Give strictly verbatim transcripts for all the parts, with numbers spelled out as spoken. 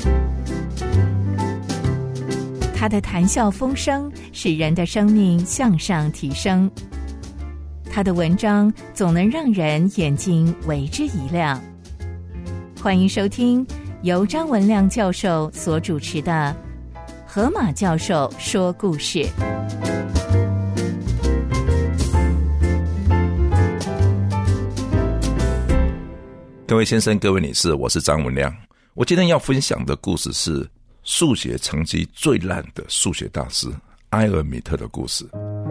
他的谈笑风生使人的生命向上提升，他的文章总能让人眼睛为之一亮。欢迎收听由张文亮教授所主持的河马教授说故事。 各位先生各位女士，我是张文亮。我今天要分享的故事是数学成绩最烂的数学大师埃尔米特的故事。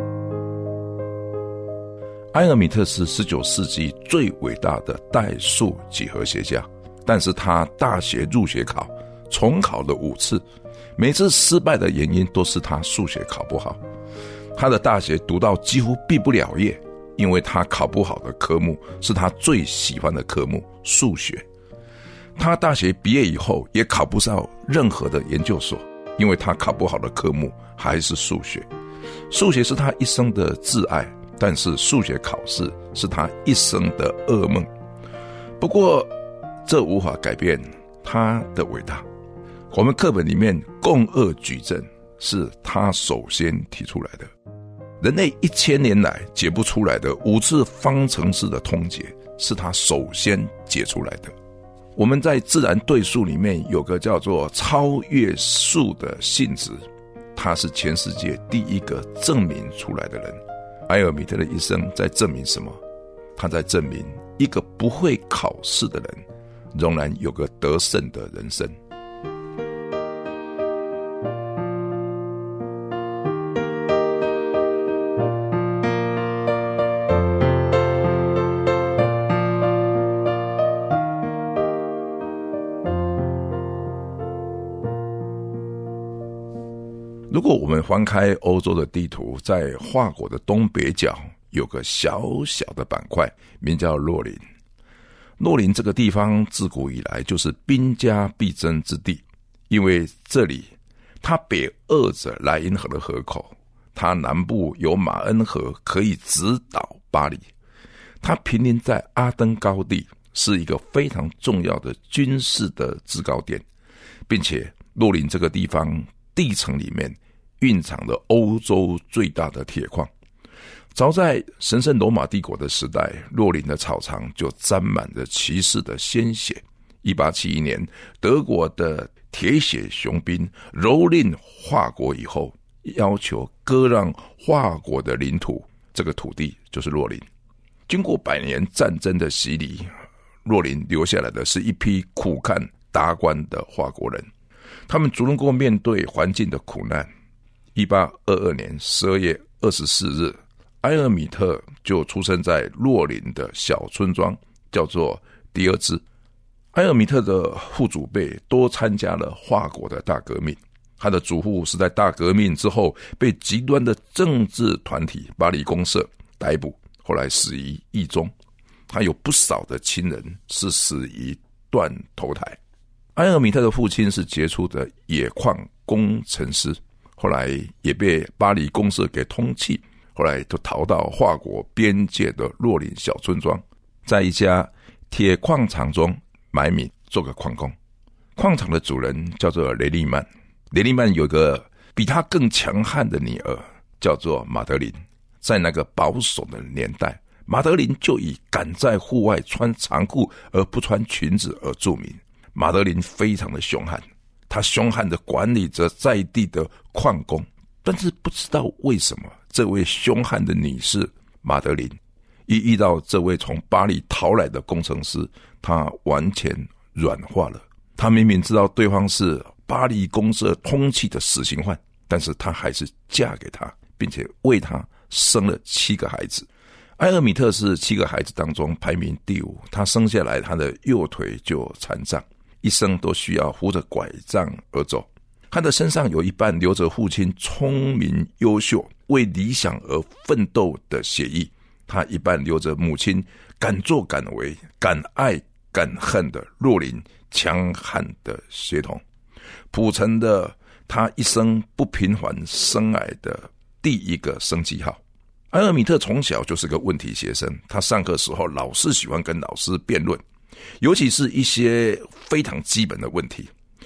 埃尔米特是十九世纪最伟大的代数几何学家，但是他大学入学考重考了五次，每次失败的原因都是他数学考不好。他的大学读到几乎毕不了业，因为他考不好的科目是他最喜欢的科目数学。他大学毕业以后也考不上任何的研究所，因为他考不好的科目还是数学。数学是他一生的挚爱，但是数学考试是他一生的噩梦。不过这无法改变他的伟大。我们课本里面共轭矩阵是他首先提出来的，人类一千年来解不出来的五次方程式的通解是他首先解出来的。我们在自然对数里面有个叫做超越数的性质，他是全世界第一个证明出来的人。埃尔米特的一生在证明什么？他在证明一个不会考试的人仍然有个得胜的人生。如果我们翻开欧洲的地图，在法国的东北角有个小小的板块，名叫洛林。洛林这个地方自古以来就是兵家必争之地，因为这里它北扼着莱茵河的河口，它南部有马恩河可以直捣巴黎，它毗邻在阿登高地，是一个非常重要的军事的制高点，并且洛林这个地方地层里面蕴藏了欧洲最大的铁矿。早在神圣罗马帝国的时代，洛林的草场就沾满了骑士的鲜血。一八七一年，德国的铁血雄兵蹂躏法国以后，要求割让法国的领土，这个土地就是洛林。经过百年战争的洗礼，洛林留下来的是一批苦干达观的法国人，他们足能够面对环境的苦难。一八二二年十二月二十四日，埃尔米特就出生在洛林的小村庄，叫做迪尔兹。埃尔米特的父祖辈多参加了法国的大革命，他的祖父是在大革命之后被极端的政治团体巴黎公社逮捕，后来死于狱中。他有不少的亲人是死于断头台。埃尔米特的父亲是杰出的冶矿工程师，后来也被巴黎公社给通缉，后来就逃到法国边界的洛林小村庄，在一家铁矿场中埋名做个矿工。矿场的主人叫做雷利曼，雷利曼有个比他更强悍的女儿，叫做马德琳。在那个保守的年代，马德琳就以敢在户外穿长裤而不穿裙子而著名。马德琳非常的凶悍，他凶悍地管理着在地的矿工，但是不知道为什么这位凶悍的女士马德琳一遇到这位从巴黎逃来的工程师，她完全软化了。她明明知道对方是巴黎公社通缉的死刑犯，但是她还是嫁给他，并且为他生了七个孩子。埃尔米特是七个孩子当中排名第五，他生下来他的右腿就残障，一生都需要扶着拐杖而走。他的身上有一半流着父亲聪明优秀为理想而奋斗的血液，他一半流着母亲敢作敢为敢爱敢恨的洛林强悍的血统，谱成的他一生不平凡生涯的第一个升级号。埃尔米特从小就是个问题学生，他上课时候老是喜欢跟老师辩论，尤其是一些非常基本的问题。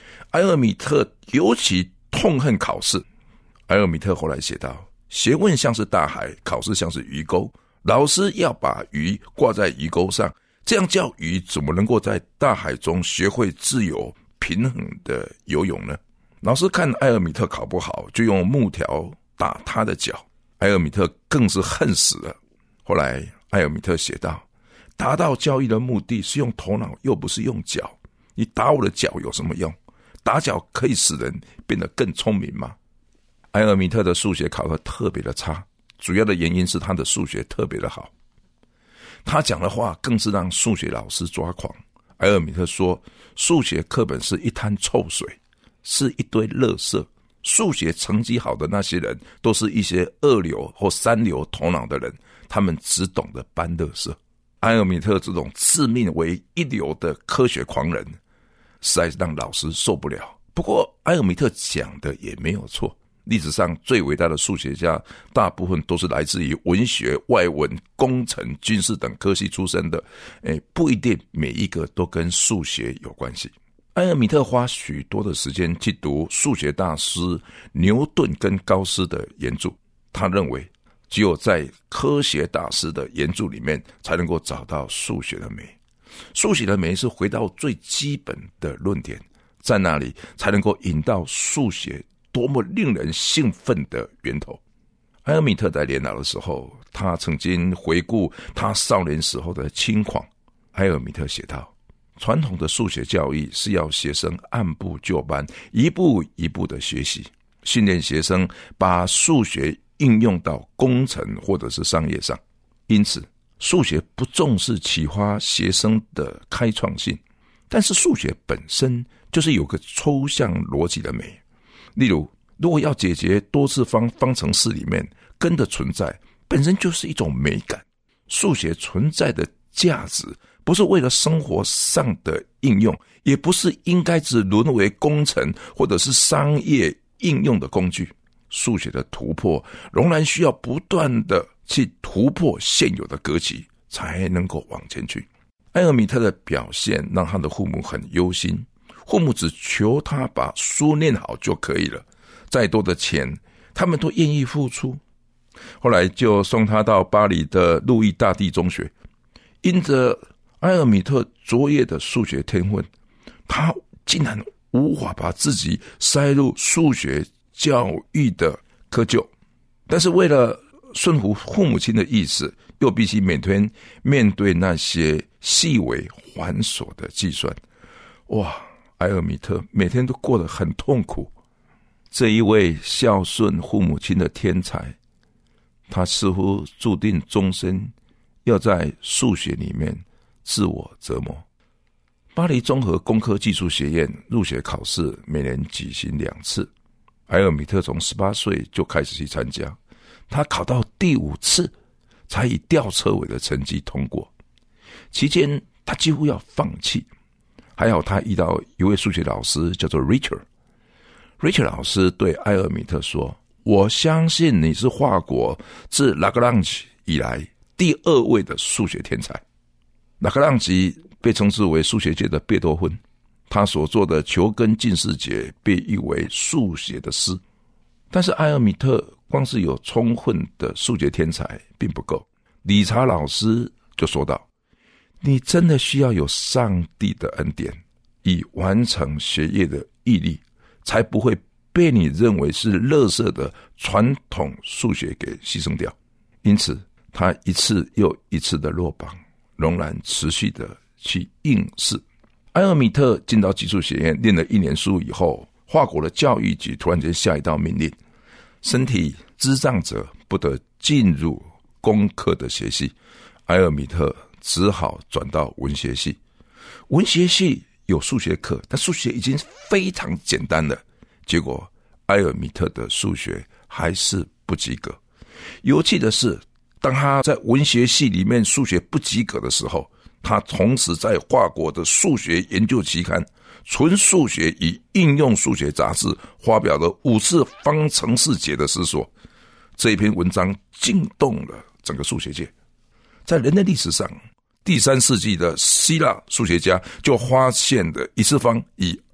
埃尔米特尤其痛恨考试。埃尔米特后来写道，学问像是大海，考试像是鱼钩，老师要把鱼挂在鱼钩上，这样叫鱼怎么能够在大海中学会自由平衡的游泳呢？老师看埃尔米特考不好，就用木条打他的脚，埃尔米特更是恨死了。后来埃尔米特写道，达到教育的目的是用头脑，又不是用脚，你打我的脚有什么用？打脚可以使人变得更聪明吗？埃尔米特的数学考得特别的差，主要的原因是他的数学特别的好。他讲的话更是让数学老师抓狂。埃尔米特说，数学课本是一滩臭水，是一堆垃圾，数学成绩好的那些人都是一些二流或三流头脑的人，他们只懂得搬垃圾。埃尔米特这种自命为一流的科学狂人，实在是让老师受不了。不过埃尔米特讲的也没有错，历史上最伟大的数学家大部分都是来自于文学、外文、工程、军事等科系出身的，诶，不一定每一个都跟数学有关系。埃尔米特花许多的时间去读数学大师牛顿跟高斯的原著，他认为只有在科学大师的原著里面才能够找到数学的美。数学的美是回到最基本的论点，在那里才能够引到数学多么令人兴奋的源头。埃尔米特在年老的时候，他曾经回顾他少年时候的轻狂。埃尔米特写道，传统的数学教育是要学生按部就班，一步一步的学习，训练学生把数学应用到工程或者是商业上。因此数学不重视启发学生的开创性，但是数学本身就是有个抽象逻辑的美。例如，如果要解决多次方方程式里面根的存在本身就是一种美感。数学存在的价值不是为了生活上的应用，也不是应该只沦为工程或者是商业应用的工具。数学的突破仍然需要不断的去突破现有的格局，才能够往前去。埃尔米特的表现让他的父母很忧心，父母只求他把书念好就可以了，再多的钱他们都愿意付出。后来就送他到巴黎的路易大帝中学。因着埃尔米特卓越的数学天分，他竟然无法把自己塞入数学教育的窠臼，但是为了顺服父母亲的意思，又必须每天面对那些细微繁琐的计算。哇，埃尔米特每天都过得很痛苦。这一位孝顺父母亲的天才，他似乎注定终身要在数学里面自我折磨。巴黎综合工科技术学院入学考试每年举行两次，埃尔米特从十八岁就开始去参加，他考到第五次才以吊车尾的成绩通过。期间他几乎要放弃，还好他遇到一位数学老师叫做 Richard。 Richard 老师对埃尔米特说，我相信你是法国自拉格朗吉以来第二位的数学天才。拉格朗吉被称之为数学界的贝多芬，他所做的球根近似解被誉为数学的诗。但是埃尔米特光是有充分的数学天才并不够。理查老师就说道，你真的需要有上帝的恩典，以完成学业的毅力，才不会被你认为是垃圾的传统数学给牺牲掉。因此他一次又一次的落榜，仍然持续的去应试。埃尔米特进到技术学院念了一年书以后，法国的教育局突然间下一道命令，身体智障者不得进入工科的学系。埃尔米特只好转到文学系。文学系有数学课，但数学已经非常简单了，结果埃尔米特的数学还是不及格。有趣的是，当他在文学系里面数学不及格的时候，他同时在法国的数学研究期刊《纯数学与应用数学》杂志发表了五次方程式解的思索。这一篇文章惊动了整个数学界。在人类历史上，第三世纪的希腊数学家就发现了一次方与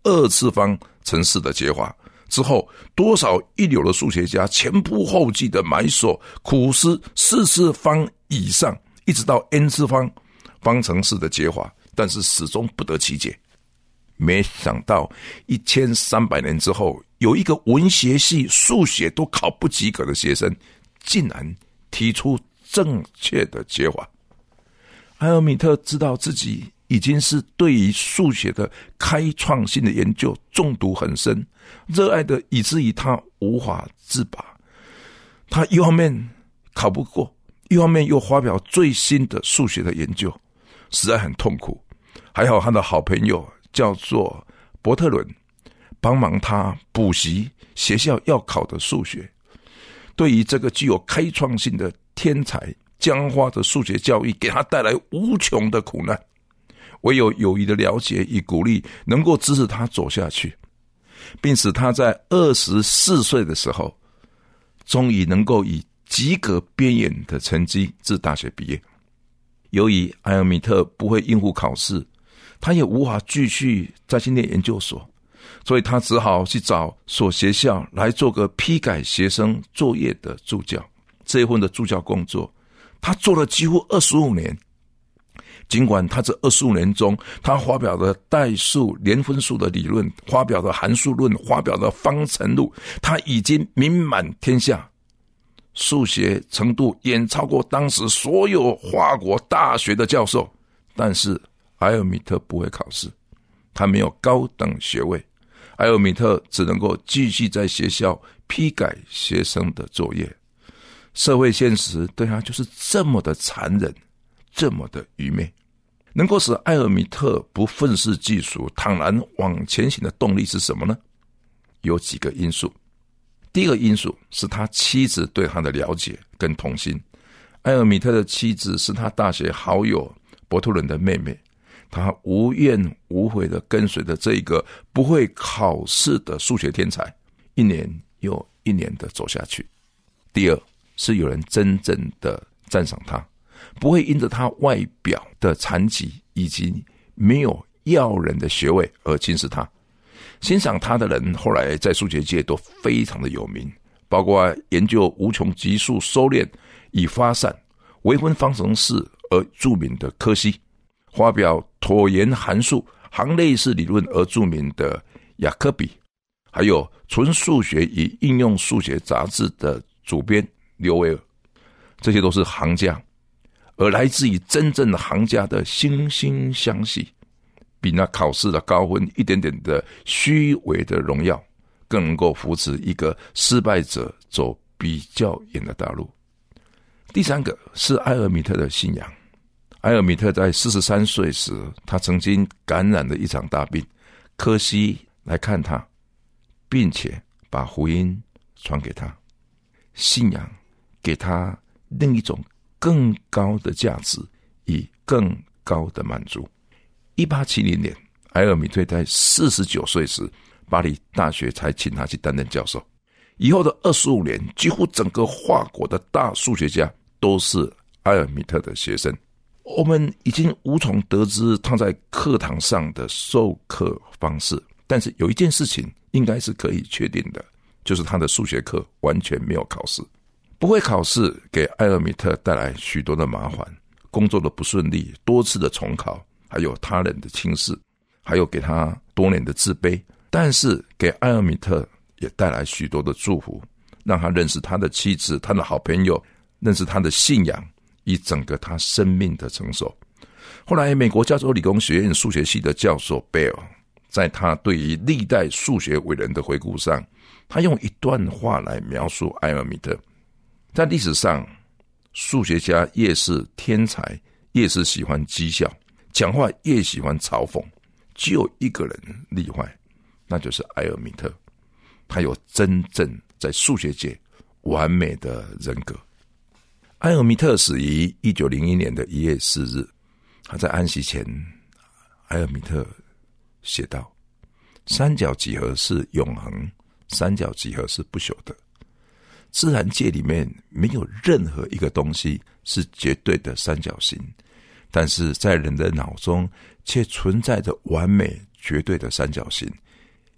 二次方程式的解法。之后，多少一流的数学家前仆后继的埋首苦思四次方以上，一直到 n 次方方程式的解法，但是始终不得其解。没想到一千三百年之后，有一个文学系数学都考不及格的学生，竟然提出正确的解法。艾尔米特知道自己已经是对于数学的开创性的研究中毒很深，热爱的以至于他无法自拔。他一方面考不过，一方面又发表最新的数学的研究，实在很痛苦。还好他的好朋友叫做伯特伦，帮忙他补习学校要考的数学。对于这个具有开创性的天才，僵化的数学教育给他带来无穷的苦难，唯有友谊的了解与鼓励能够支持他走下去，并使他在二十四岁的时候终于能够以及格边缘的成绩自大学毕业。由于艾尔米特不会应付考试，他也无法继续再去念研究所，所以他只好去找所学校来做个批改学生作业的助教。这一份的助教工作他做了几乎二十五年，尽管他这二十五年中，他发表的代数、连分数的理论，发表的函数论，发表的方程路，他已经名满天下，数学程度远超过当时所有法国大学的教授。但是埃尔米特不会考试，他没有高等学位，埃尔米特只能够继续在学校批改学生的作业。社会现实对他就是这么的残忍，这么的愚昧。能够使埃尔米特不愤世嫉俗，坦然往前行的动力是什么呢？有几个因素。第一个因素是他妻子对他的了解跟同心。埃尔米特的妻子是他大学好友伯特伦的妹妹，他无怨无悔地跟随着这一个不会考试的数学天才，一年又一年地走下去。第二是有人真正的赞赏他，不会因着他外表的残疾以及没有耀人的学位而轻视他。欣赏他的人后来在数学界都非常的有名，包括研究无穷级数收敛与发散、微分方程式而著名的柯西，发表椭圆函数行类式理论而著名的雅科比，还有纯数学与应用数学杂志的主编刘维尔。这些都是行家，而来自于真正的行家的惺惺相惜，比那考试的高分一点点的虚伪的荣耀更能够扶持一个失败者走比较远的大路。第三个是埃尔米特的信仰。埃尔米特在四十三岁时，他曾经感染了一场大病，柯西来看他，并且把福音传给他。信仰给他另一种更高的价值与更高的满足。一八七零年，埃尔米特在四十九岁时，巴黎大学才请他去担任教授。以后的二十五年，几乎整个法国的大数学家都是埃尔米特的学生。我们已经无从得知他在课堂上的授课方式，但是有一件事情应该是可以确定的，就是他的数学课完全没有考试。不会考试给埃尔米特带来许多的麻烦，工作的不顺利，多次的重考，还有他人的轻视，还有给他多年的自卑。但是给埃尔米特也带来许多的祝福，让他认识他的妻子，他的好朋友，认识他的信仰，以整个他生命的成熟。后来美国加州理工学院数学系的教授贝尔，在他对于历代数学伟人的回顾上，他用一段话来描述埃尔米特。在历史上，数学家越是天才，越是喜欢讥笑，讲话越喜欢嘲讽，只有一个人例外，那就是埃尔米特。他有真正在数学界完美的人格。埃尔米特死于一九零一年的一月四日，他在安息前，埃尔米特写道：三角几何是永恒，三角几何是不朽的。自然界里面没有任何一个东西是绝对的三角形，但是在人的脑中却存在着完美绝对的三角形，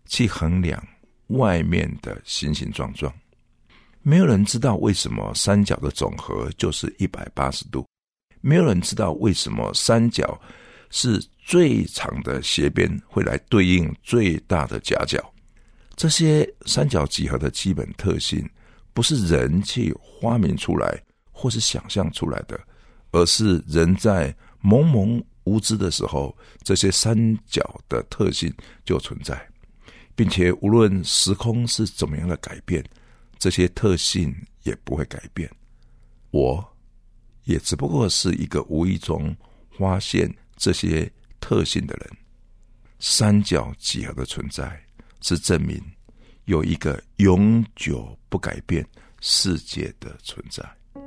去衡量外面的形形状状。没有人知道为什么三角的总和就是一百八十度，没有人知道为什么三角是最长的斜边会来对应最大的夹角。这些三角几何的基本特性不是人去发明出来或是想象出来的，而是人在懵懵无知的时候，这些三角的特性就存在，并且无论时空是怎么样的改变，这些特性也不会改变。我也只不过是一个无意中发现这些特性的人。三角几何的存在是证明有一个永久不改变世界的存在。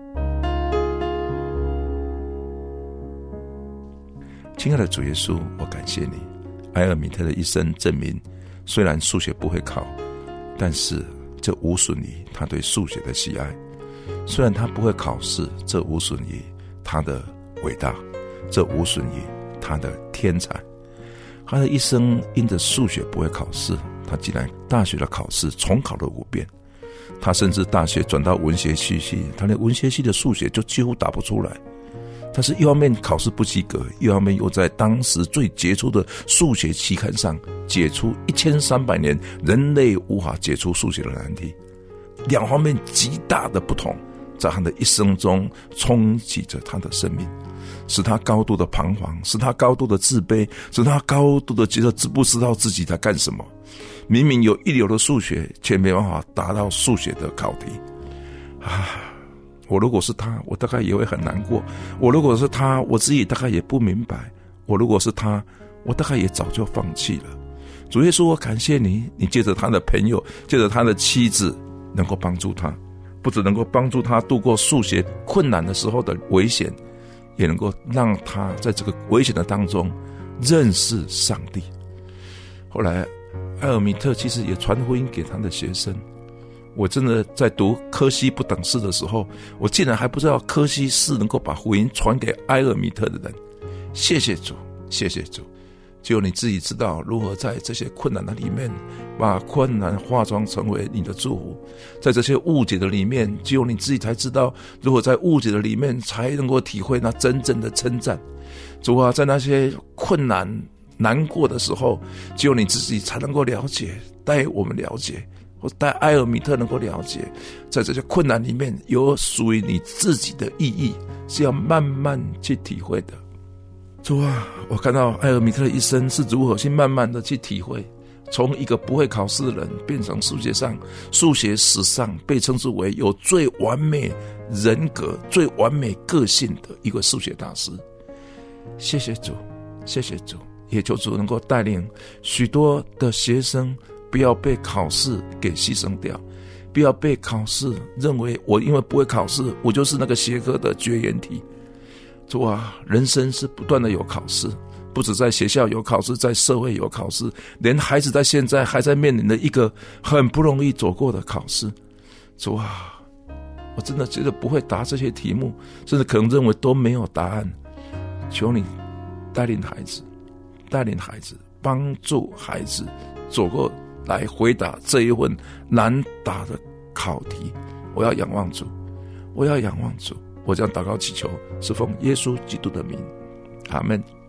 亲爱的主耶稣，我感谢你。埃尔米特的一生证明，虽然数学不会考，但是这无损于他对数学的喜爱。虽然他不会考试，这无损于他的伟大，这无损于他的天才。他的一生因着数学不会考试，他竟然大学的考试重考了五遍。他甚至大学转到文学系系，他连文学系的数学就几乎打不出来。他是一方面考试不及格，一方面又在当时最杰出的数学期刊上解出一千三百年人类无法解出数学的难题。两方面极大的不同，在他的一生中冲击着他的生命，使他高度的彷徨，使他高度的自卑，使他高度的觉得知不知道自己在干什么。明明有一流的数学，却没办法达到数学的考题啊！我如果是他，我大概也会很难过。我如果是他，我自己大概也不明白。我如果是他，我大概也早就放弃了。主耶稣，我感谢你，你借着他的朋友，借着他的妻子，能够帮助他，不只能够帮助他度过数学困难的时候的危险，也能够让他在这个危险的当中认识上帝。后来埃尔米特其实也传福音给他的学生。我真的在读柯西不等式的时候，我竟然还不知道柯西是能够把福音传给埃尔米特的人。谢谢主，谢谢主，只有你自己知道如何在这些困难的里面把困难化妆成为你的祝福，在这些误解的里面，只有你自己才知道如何在误解的里面才能够体会那真正的称赞。主啊，在那些困难难过的时候，只有你自己才能够了解，带我们了解，或带埃尔米特能够了解，在这些困难里面有属于你自己的意义，是要慢慢去体会的。主啊，我看到埃尔米特的一生是如何去慢慢的去体会，从一个不会考试的人变成世界上数学史上被称之为有最完美人格、最完美个性的一个数学大师。谢谢主，谢谢主，也求主能够带领许多的学生不要被考试给牺牲掉，不要被考试认为我因为不会考试，我就是那个学科的绝缘体。主啊，人生是不断的有考试，不止在学校有考试，在社会有考试，连孩子在现在还在面临的一个很不容易走过的考试。主啊，我真的觉得不会答这些题目，甚至可能认为都没有答案。求你带领孩子，带领孩子，帮助孩子走过来回答这一份难答的考题。我要仰望主，我要仰望主，我将祷告祈求，是奉耶稣基督的名，阿们。